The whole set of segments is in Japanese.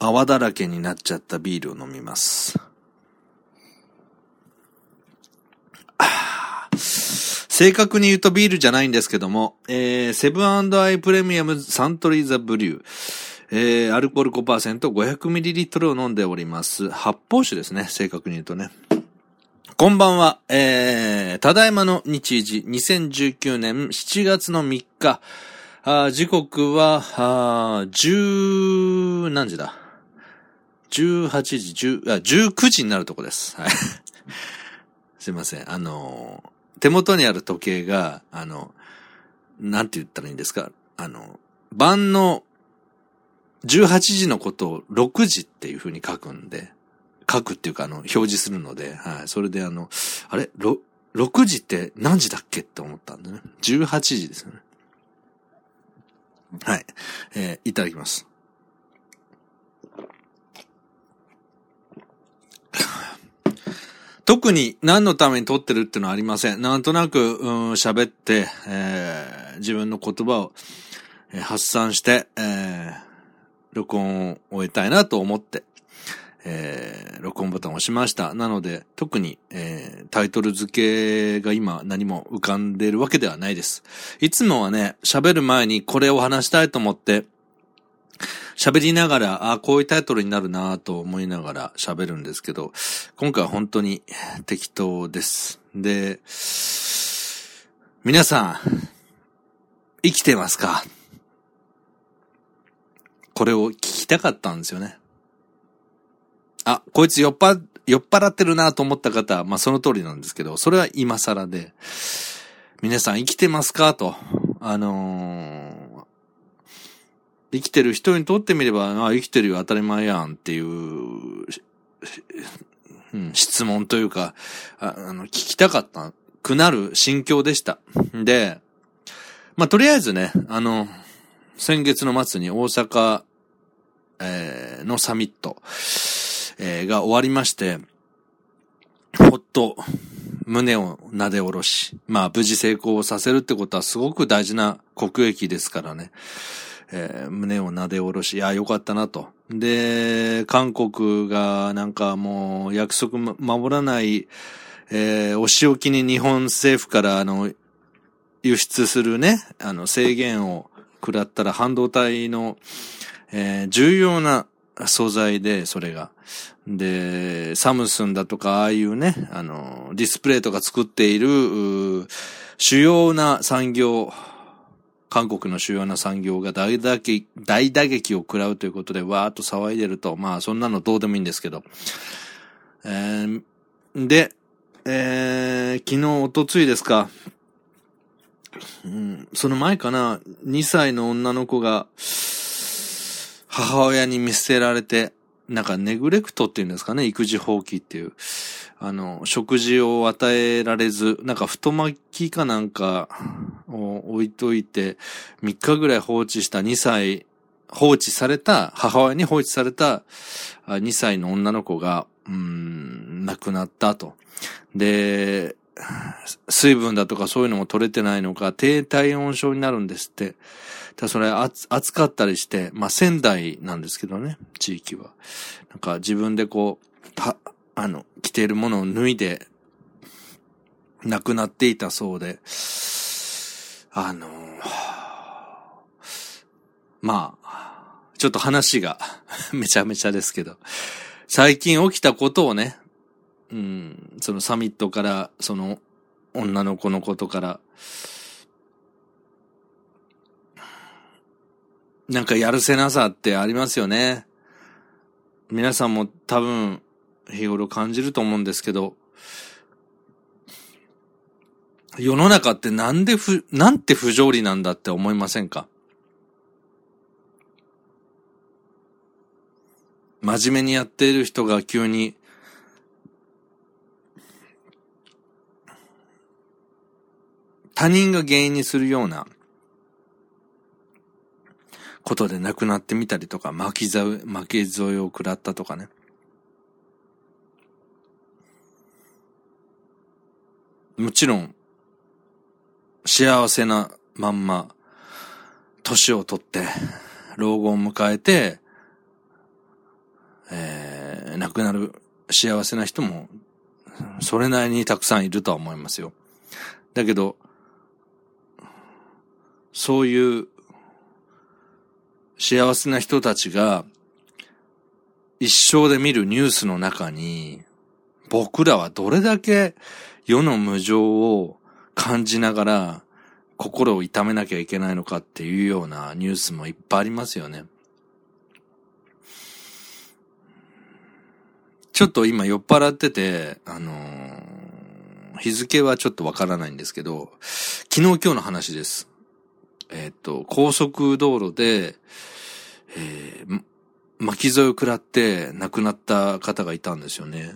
泡だらけになっちゃったビールを飲みます。正確に言うとビールじゃないんですけども、セブン&アイプレミアムサントリーザブリュー、アルコール 5%500ml を飲んでおります。発泡酒ですね、正確に言うとね。こんばんは、ただいまの日時、2019年7月の3日、時刻は、何時だ ?18 時、19時になるとこです。はい。すいません。手元にある時計が、なんて言ったらいいんですか？晩の18時のことを6時っていう風に書くっていうか表示するので、はい。それであれ ?6 時って何時だっけって思ったんでね。18時ですよね。はい。いただきます。特に何のために撮ってるっていうのはありません。なんとなく、喋って、自分の言葉を、発散して、録音を終えたいなと思って、録音ボタンを押しました。なので、特に、タイトル付けが今何も浮かんでいるわけではないです。いつもはね、喋る前にこれを話したいと思って、喋りながら、こういうタイトルになるなと思いながら喋るんですけど、今回は本当に適当です。で、皆さん、生きてますか？これを聞きたかったんですよね。こいつ酔っ払ってるなと思った方は、その通りなんですけど、それは今更で、皆さん生きてますかと、生きてる人にとってみれば、生きてるよ当たり前やんっていう、質問というか、聞きたかったくなる心境でした。で、とりあえずね、先月の末に大阪、のサミット、が終わりまして、ほっと胸をなで下ろし、無事成功させるってことはすごく大事な国益ですからね。胸をなで下ろし、よかったなと。で、韓国がなんかもう約束守らない、お仕置きに日本政府から輸出するね、制限を食らったら半導体の、重要な素材で、それが。で、サムスンだとか、ああいうね、ディスプレイとか作っている、主要な産業、韓国の主要な産業が大打撃を食らうということで、わーっと騒いでると、そんなのどうでもいいんですけど。で、昨日、おとついですか。その前かな、2歳の女の子が、母親に見捨てられて、なんかネグレクトっていうんですかね、育児放棄っていう。食事を与えられず、なんか太巻きかなんかを置いといて、3日ぐらい放置された、母親に放置された2歳の女の子が、亡くなったと。で、水分だとかそういうのも取れてないのか、低体温症になるんですって。それ暑かったりして、仙台なんですけどね、地域は。なんか自分で着ているものを脱いで、亡くなっていたそうで、ちょっと話がめちゃめちゃですけど、最近起きたことをね、そのサミットから、その女の子のことから、なんかやるせなさってありますよね。皆さんも多分日頃感じると思うんですけど、世の中ってなんて不条理なんだって思いませんか？真面目にやっている人が急に他人が原因にするようなことで亡くなってみたりとか、負け添えを食らったとかね。もちろん、幸せなまんま、年を取って、老後を迎えて、 亡くなる幸せな人も、それなりにたくさんいるとは思いますよ。だけど、そういう幸せな人たちが一生で見るニュースの中に、僕らはどれだけ世の無常を感じながら心を痛めなきゃいけないのかっていうようなニュースもいっぱいありますよね。ちょっと今酔っ払ってて、日付はちょっとわからないんですけど、昨日今日の話です。高速道路で、巻き添えを食らって亡くなった方がいたんですよね。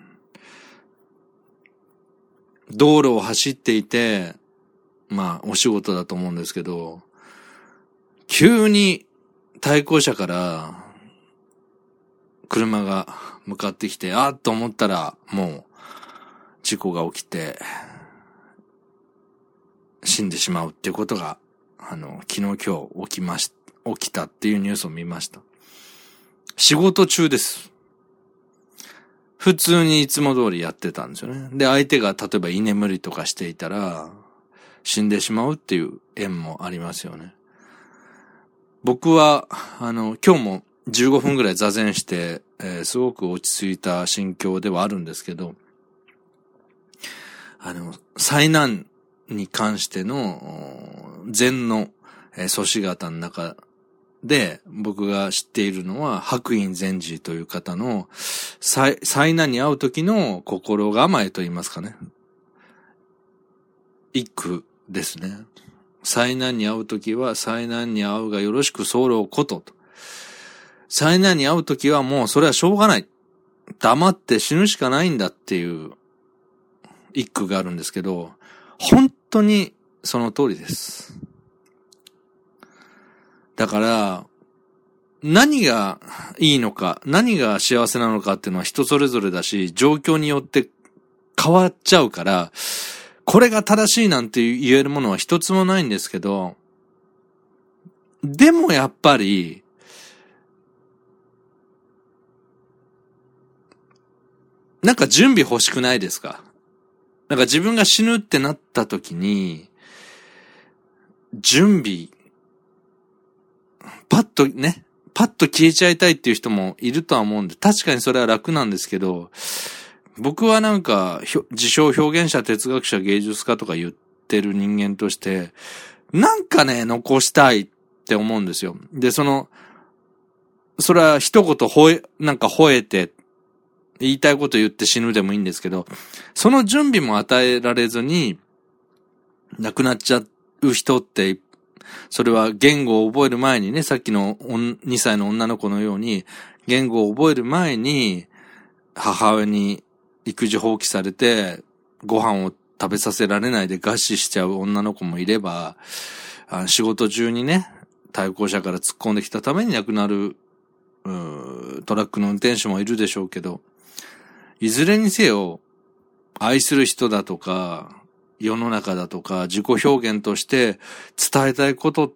道路を走っていて、まあお仕事だと思うんですけど、急に対向車から車が向かってきて、あーっと思ったらもう事故が起きて死んでしまうっていうことが昨日今日起きたっていうニュースを見ました。仕事中です。普通にいつも通りやってたんですよね。で、相手が例えば居眠りとかしていたら死んでしまうっていう縁もありますよね。僕は今日も15分ぐらい座禅して、すごく落ち着いた心境ではあるんですけど、災難に関しての禅の祖師方の中で僕が知っているのは白隠禅師という方の災難に遭う時の心構えと言いますかね。一句ですね。災難に遭う時は災難に遭うがよろしく候ことと。災難に遭う時はもうそれはしょうがない。黙って死ぬしかないんだっていう一句があるんですけど、本当にその通りです。だから、何がいいのか、何が幸せなのかっていうのは人それぞれだし、状況によって変わっちゃうから、これが正しいなんて言えるものは一つもないんですけど、でもやっぱり、なんか準備欲しくないですか？なんか自分が死ぬってなった時に、準備、パッと消えちゃいたいっていう人もいるとは思うんで、確かにそれは楽なんですけど、僕はなんか、自称表現者、哲学者、芸術家とか言ってる人間として、なんかね、残したいって思うんですよ。で、それは一言吠えて、言いたいこと言って死ぬでもいいんですけど、その準備も与えられずに、亡くなっちゃう人って、それは言語を覚える前にね、さっきの2歳の女の子のように、言語を覚える前に、母親に育児放棄されて、ご飯を食べさせられないで餓死しちゃう女の子もいれば、仕事中にね、対向車から突っ込んできたために亡くなる、トラックの運転手もいるでしょうけど、いずれにせよ、愛する人だとか、世の中だとか、自己表現として伝えたいことって、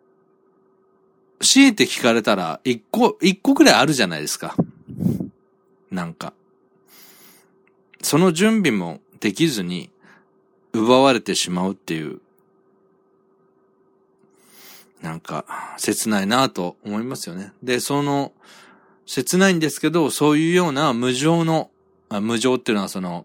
強いて聞かれたら、一個くらいあるじゃないですか。なんか。その準備もできずに、奪われてしまうっていう、なんか、切ないなぁと思いますよね。で、切ないんですけど、そういうような無常っていうのは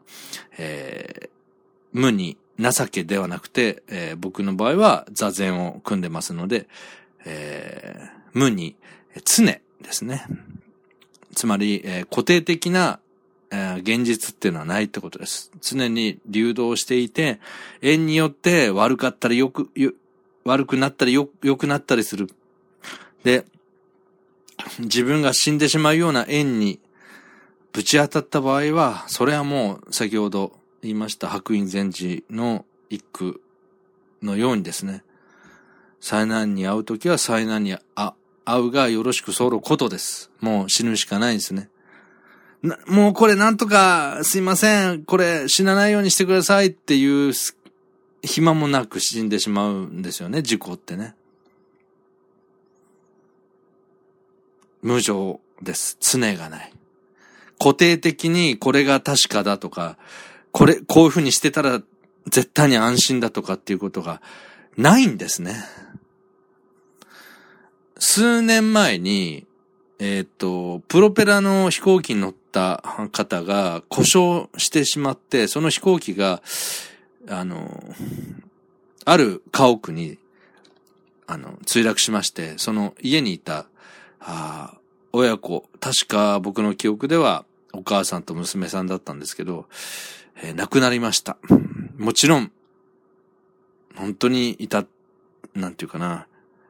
無に情けではなくて、僕の場合は座禅を組んでますので、無に常ですね。つまり、固定的な、現実っていうのはないってことです。常に流動していて、縁によって悪くなったり良くなったりする。で、自分が死んでしまうような縁にぶち当たった場合は、それはもう先ほど言いました白隠禅師の一句のようにですね、災難に遭うときは災難に遭うがよろしく候ことです。もう死ぬしかないですね。もうこれなんとかすいません、これ死なないようにしてくださいっていう暇もなく死んでしまうんですよね、事故ってね。無常です。常がない。固定的にこれが確かだとか、こういう風にしてたら絶対に安心だとかっていうことがないんですね。数年前に、プロペラの飛行機に乗った方が故障してしまって、その飛行機が、ある家屋に、墜落しまして、その家にいた、親子、確か僕の記憶ではお母さんと娘さんだったんですけど、亡くなりました。もちろん、本当になんていうかな、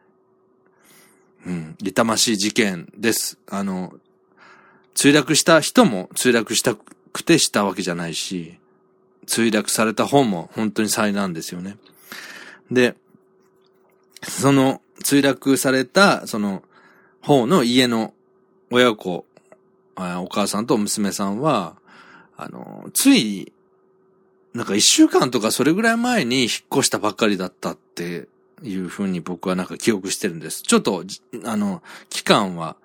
痛ましい事件です。墜落した人も墜落したくてしたわけじゃないし、墜落された方も本当に災難ですよね。で、その墜落されたその方の家の親子、お母さんと娘さんは、つい、なんか1週間とかそれぐらい前に引っ越したばっかりだったっていうふうに僕はなんか記憶してるんです。ちょっと、期間は、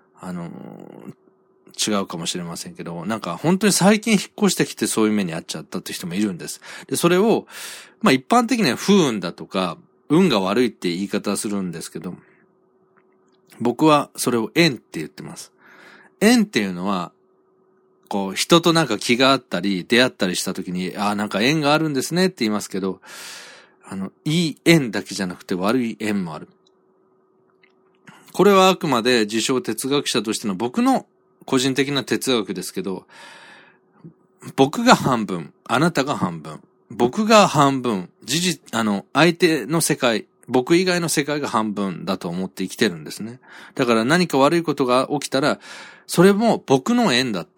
違うかもしれませんけど、なんか本当に最近引っ越してきてそういう目に遭っちゃったって人もいるんです。で、それを、一般的には不運だとか、運が悪いって言い方するんですけど、僕はそれを縁って言ってます。縁っていうのは、こう、人となんか気があったり、出会ったりした時に、なんか縁があるんですねって言いますけど、いい縁だけじゃなくて悪い縁もある。これはあくまで自称哲学者としての僕の個人的な哲学ですけど、僕が半分、あなたが半分、僕が半分、相手の世界、僕以外の世界が半分だと思って生きてるんですね。だから何か悪いことが起きたら、それも僕の縁だった。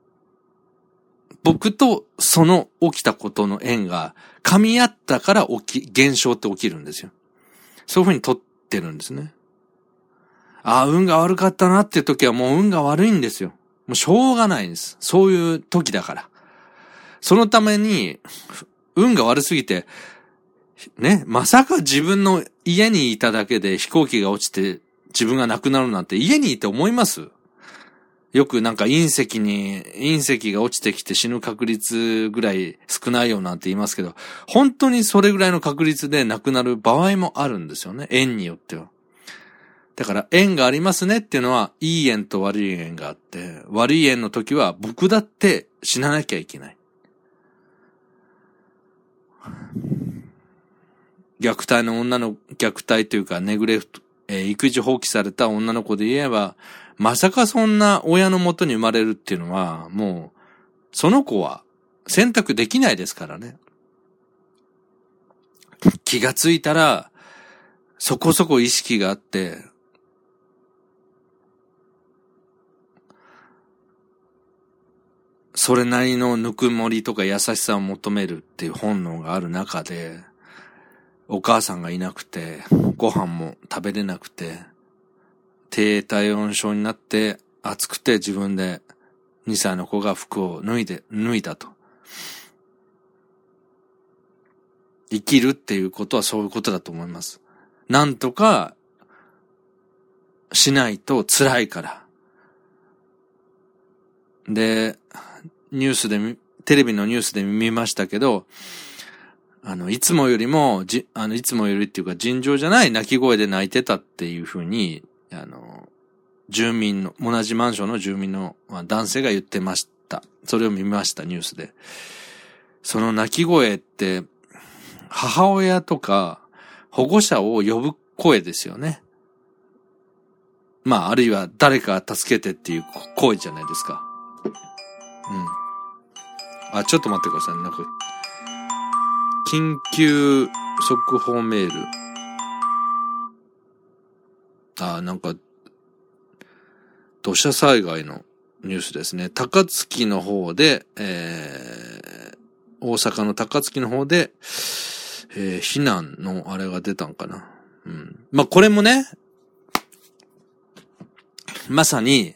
僕とその起きたことの縁が噛み合ったから現象って起きるんですよ。そういうふうに取ってるんですね。運が悪かったなっていう時はもう運が悪いんですよ。もうしょうがないんです。そういう時だから。そのために、運が悪すぎて、ね、まさか自分の家にいただけで飛行機が落ちて自分が亡くなるなんて家にいて思います？よくなんか隕石が落ちてきて死ぬ確率ぐらい少ないよなんて言いますけど、本当にそれぐらいの確率で亡くなる場合もあるんですよね。縁によっては。だから縁がありますねっていうのは、いい縁と悪い縁があって、悪い縁の時は僕だって死ななきゃいけない。虐待というかネグレクト、育児放棄された女の子で言えば、まさかそんな親の元に生まれるっていうのは、もう、その子は選択できないですからね。気がついたら、そこそこ意識があって、それなりのぬくもりとか優しさを求めるっていう本能がある中で、お母さんがいなくて、ご飯も食べれなくて、低体温症になって暑くて自分で2歳の子が服を脱いだと。生きるっていうことはそういうことだと思います。なんとかしないと辛いから。で、テレビのニュースで見ましたけど、いつもよりっていうか尋常じゃない泣き声で泣いてたっていうふうに、同じマンションの住民の男性が言ってました。それを見ました、ニュースで。その泣き声って、母親とか保護者を呼ぶ声ですよね。あるいは誰か助けてっていう声じゃないですか。ちょっと待ってください。なんか、緊急速報メール。なんか、土砂災害のニュースですね。高槻の方で、大阪の高槻の方で、避難のあれが出たんかな。これもね、まさに、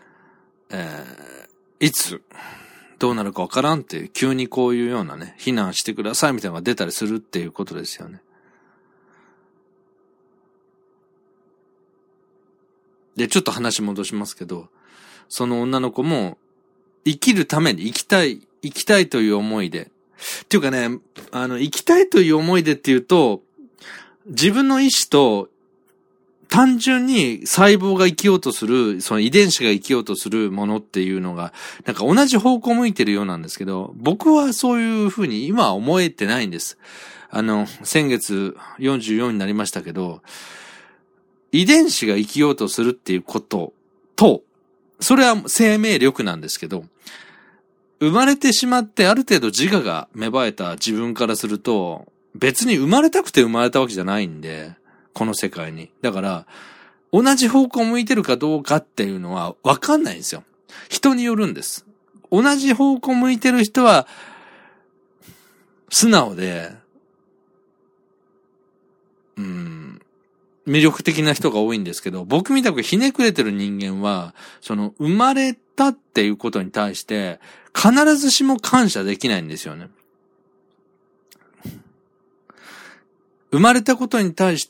いつ、どうなるかわからんって、急にこういうようなね、避難してくださいみたいなのが出たりするっていうことですよね。 で、ちょっと話戻しますけど、その女の子も、生きるために生きたいという思いで。っていうかね、生きたいという思いでっていうと、自分の意志と、単純に細胞が生きようとする、その遺伝子が生きようとするものっていうのが、なんか同じ方向向いてるようなんですけど、僕はそういうふうに今は思えてないんです。先月44になりましたけど、遺伝子が生きようとするっていうことと、それは生命力なんですけど、生まれてしまってある程度自我が芽生えた自分からすると、別に生まれたくて生まれたわけじゃないんで、この世界に。だから、同じ方向向いてるかどうかっていうのは分かんないんですよ。人によるんです。同じ方向向いてる人は、素直で、魅力的な人が多いんですけど、僕みたくひねくれてる人間は、その生まれたっていうことに対して、必ずしも感謝できないんですよね。生まれたことに対して、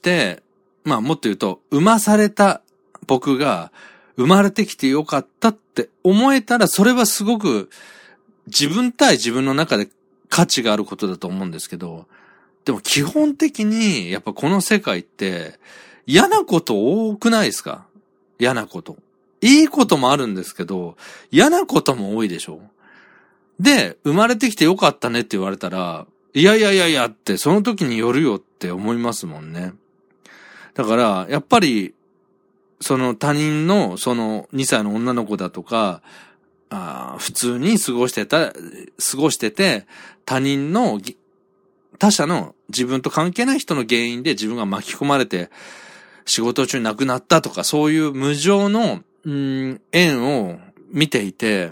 まあもっと言うと、生まされた僕が生まれてきてよかったって思えたら、それはすごく自分対自分の中で価値があることだと思うんですけど、でも基本的にやっぱこの世界って嫌なこと多くないですか？嫌なこと。いいこともあるんですけど、嫌なことも多いでしょ？で、生まれてきてよかったねって言われたら、いやいやいやいやって、その時によるよって思いますもんね。だから、やっぱり、その他人の、その2歳の女の子だとか、普通に過ごしてて、他人の、他者の自分と関係ない人の原因で自分が巻き込まれて、仕事中に亡くなったとか、そういう無常の、縁を見ていて、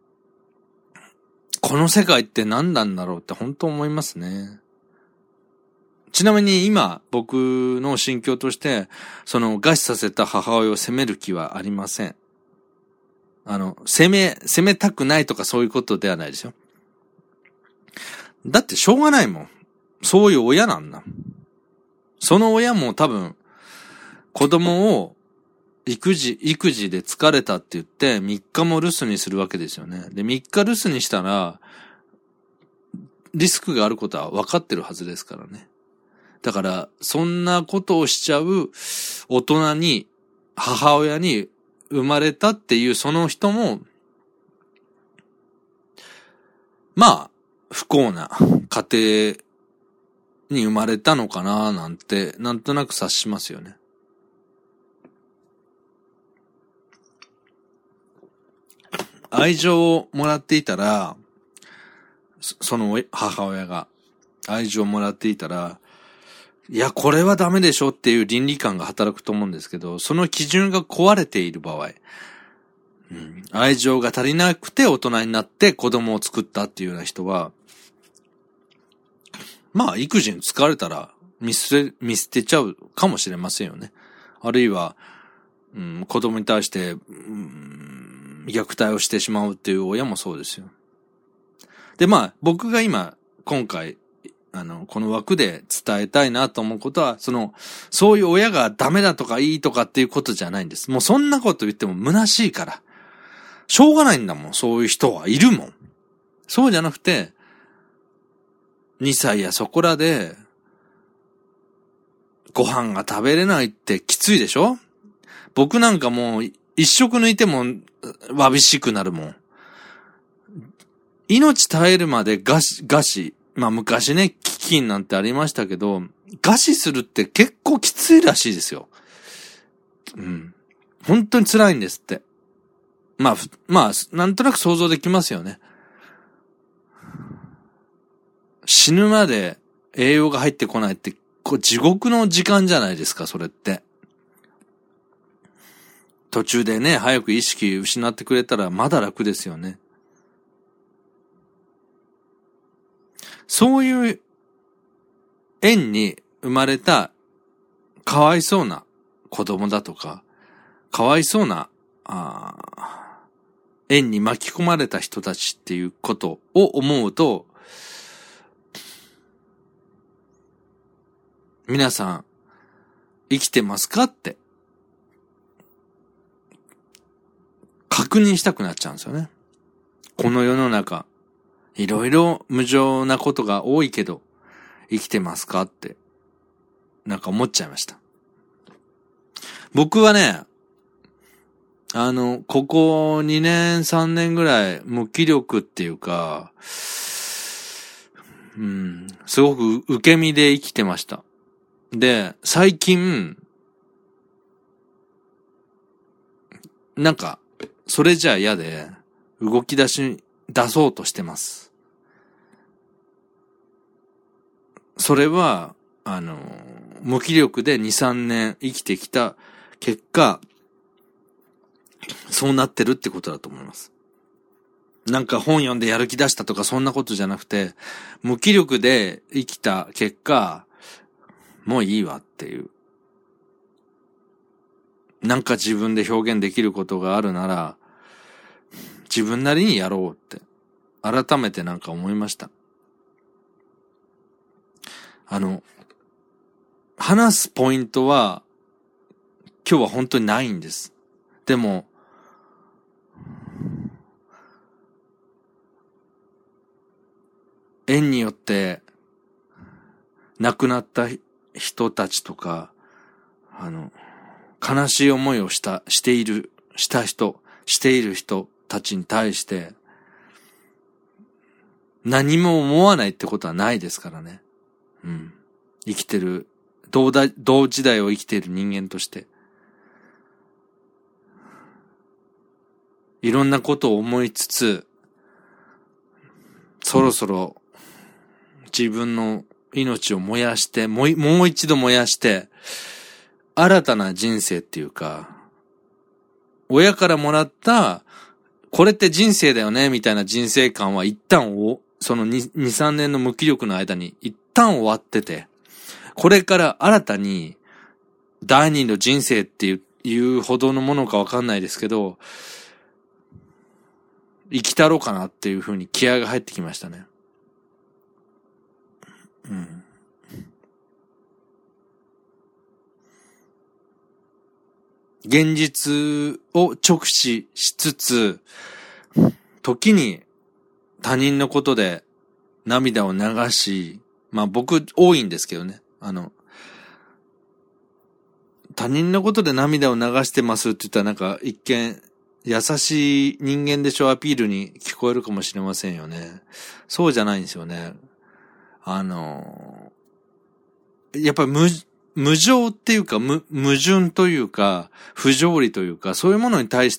この世界って何なんだろうって本当思いますね。ちなみに今、僕の心境として、その餓死させた母親を責める気はありません。責めたくないとかそういうことではないですよ。だってしょうがないもん。そういう親なんだ。その親も多分、子供を育児で疲れたって言って3日も留守にするわけですよね。で、3日留守にしたら、リスクがあることは分かってるはずですからね。だから、そんなことをしちゃう大人に、母親に生まれたっていうその人も、まあ、不幸な家庭に生まれたのかななんて、なんとなく察しますよね。愛情をもらっていたら、その母親が愛情をもらっていたら、いや、これはダメでしょっていう倫理観が働くと思うんですけど、その基準が壊れている場合、愛情が足りなくて大人になって子供を作ったっていうような人は、まあ、育児に疲れたら見捨てちゃうかもしれませんよね。あるいは、子供に対して、虐待をしてしまうっていう親もそうですよ。で、まあ、僕が今回、この枠で伝えたいなと思うことは、そういう親がダメだとかいいとかっていうことじゃないんです。もうそんなこと言っても虚しいから。しょうがないんだもん、そういう人はいるもん。そうじゃなくて、2歳やそこらで、ご飯が食べれないってきついでしょ？僕なんかもう、一食抜いても、わびしくなるもん。命絶えるまで餓死。まあ昔ね、飢饉なんてありましたけど、餓死するって結構きついらしいですよ。本当に辛いんですって。まあ、なんとなく想像できますよね。死ぬまで栄養が入ってこないって、地獄の時間じゃないですか、それって。途中でね、早く意識失ってくれたらまだ楽ですよね。そういう縁に生まれたかわいそうな子供だとか、かわいそうな、縁に巻き込まれた人たちっていうことを思うと、皆さん生きてますかって。 確認したくなっちゃうんですよね。この世の中、いろいろ無常なことが多いけど、生きてますかって、なんか思っちゃいました。僕はね、ここ2年3年ぐらい無気力っていうか、すごく受け身で生きてました。で、最近、なんか、それじゃ嫌で、動き出そうとしてます。それは、無気力で2、3年生きてきた結果、そうなってるってことだと思います。なんか本読んでやる気出したとかそんなことじゃなくて、無気力で生きた結果、もういいわっていう。なんか自分で表現できることがあるなら、自分なりにやろうって、改めてなんか思いました。話すポイントは、今日は本当にないんです。でも、縁によって、亡くなった人たちとか、悲しい思いをしている人たちに対して、何も思わないってことはないですからね。生きてる、同時代を生きている人間として。いろんなことを思いつつ、そろそろ自分の命を燃やして、もう一度燃やして、新たな人生っていうか、親からもらった、これって人生だよね、みたいな人生観は一旦その2、3年の無気力の間に一旦終わってて、これから新たに第二の人生っていうほどのものかわかんないですけど、生きたろうかなっていう風に気合が入ってきましたね。現実を直視しつつ、時に他人のことで涙を流し、まあ僕多いんですけどね。他人のことで涙を流してますって言ったらなんか一見優しい人間でしょアピールに聞こえるかもしれませんよね。そうじゃないんですよね。やっぱり無常っていうか、矛盾というか、不条理というか、そういうものに対して、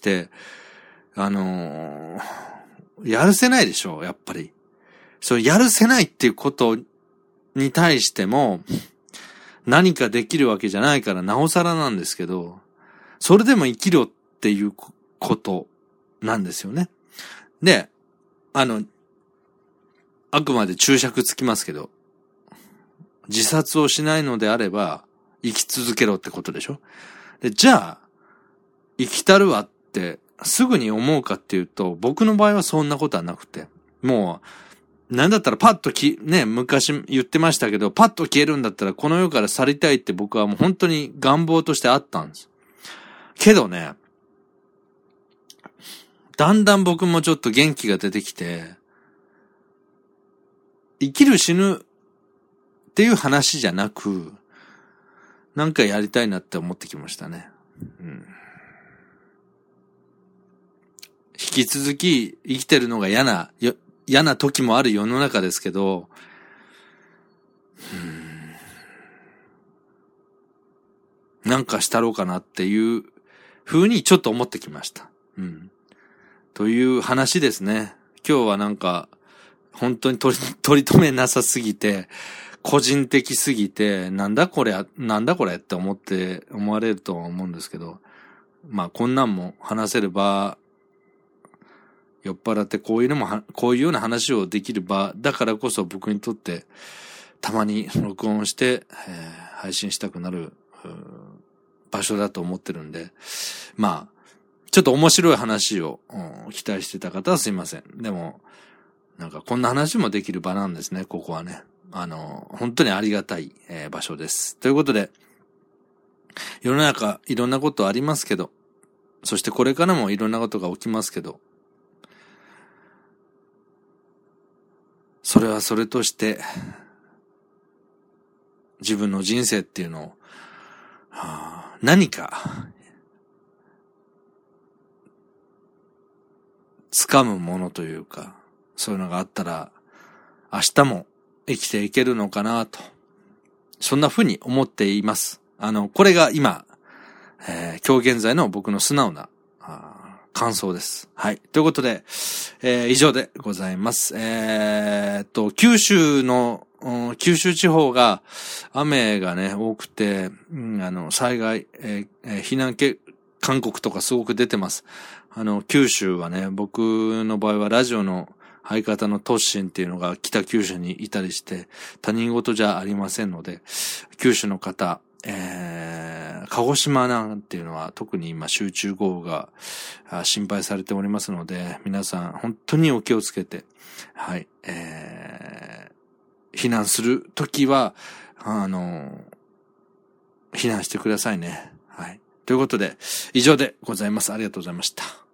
やるせないでしょ、やっぱり。そうやるせないっていうことに対しても、何かできるわけじゃないからなおさらなんですけど、それでも生きろっていうことなんですよね。で、あくまで注釈つきますけど、自殺をしないのであれば、生き続けろってことでしょ。で、じゃあ、生きたるわってすぐに思うかっていうと、僕の場合はそんなことはなくて、もう、なんだったらパッと昔言ってましたけど、パッと消えるんだったらこの世から去りたいって僕はもう本当に願望としてあったんです。けどね、だんだん僕もちょっと元気が出てきて、生きる死ぬっていう話じゃなく、なんかやりたいなって思ってきましたね。引き続き生きてるのが嫌な時もある世の中ですけど、なんかしたろうかなっていう風にちょっと思ってきました。という話ですね。今日はなんか、本当に取り留めなさすぎて、個人的すぎて、なんだこれって思われるとは思うんですけど、まあこんなんも話せる場、酔っ払ってこういうような話をできる場だからこそ僕にとってたまに録音して、配信したくなる場所だと思ってるんで、まあちょっと面白い話を期待してた方はすいません。でもなんかこんな話もできる場なんですね、ここはね。本当にありがたい、場所です。ということで、世の中いろんなことありますけど、 そしてこれからもいろんなことが起きますけど、それはそれとして、自分の人生っていうのを、何か、掴むものというか、そういうのがあったら、明日も生きていけるのかなと。そんな風に思っています。これが今、今日現在の僕の素直な、感想です。はい。ということで、以上でございます。九州地方が雨がね、多くて、災害、避難勧告とかすごく出てます。九州はね、僕の場合はラジオの相方のトッシンっていうのが北九州にいたりして、他人事じゃありませんので、九州の方、鹿児島なんていうのは特に今集中豪雨が心配されておりますので、皆さん本当にお気をつけて、はい、避難するときは、避難してくださいね。はい。ということで、以上でございます。ありがとうございました。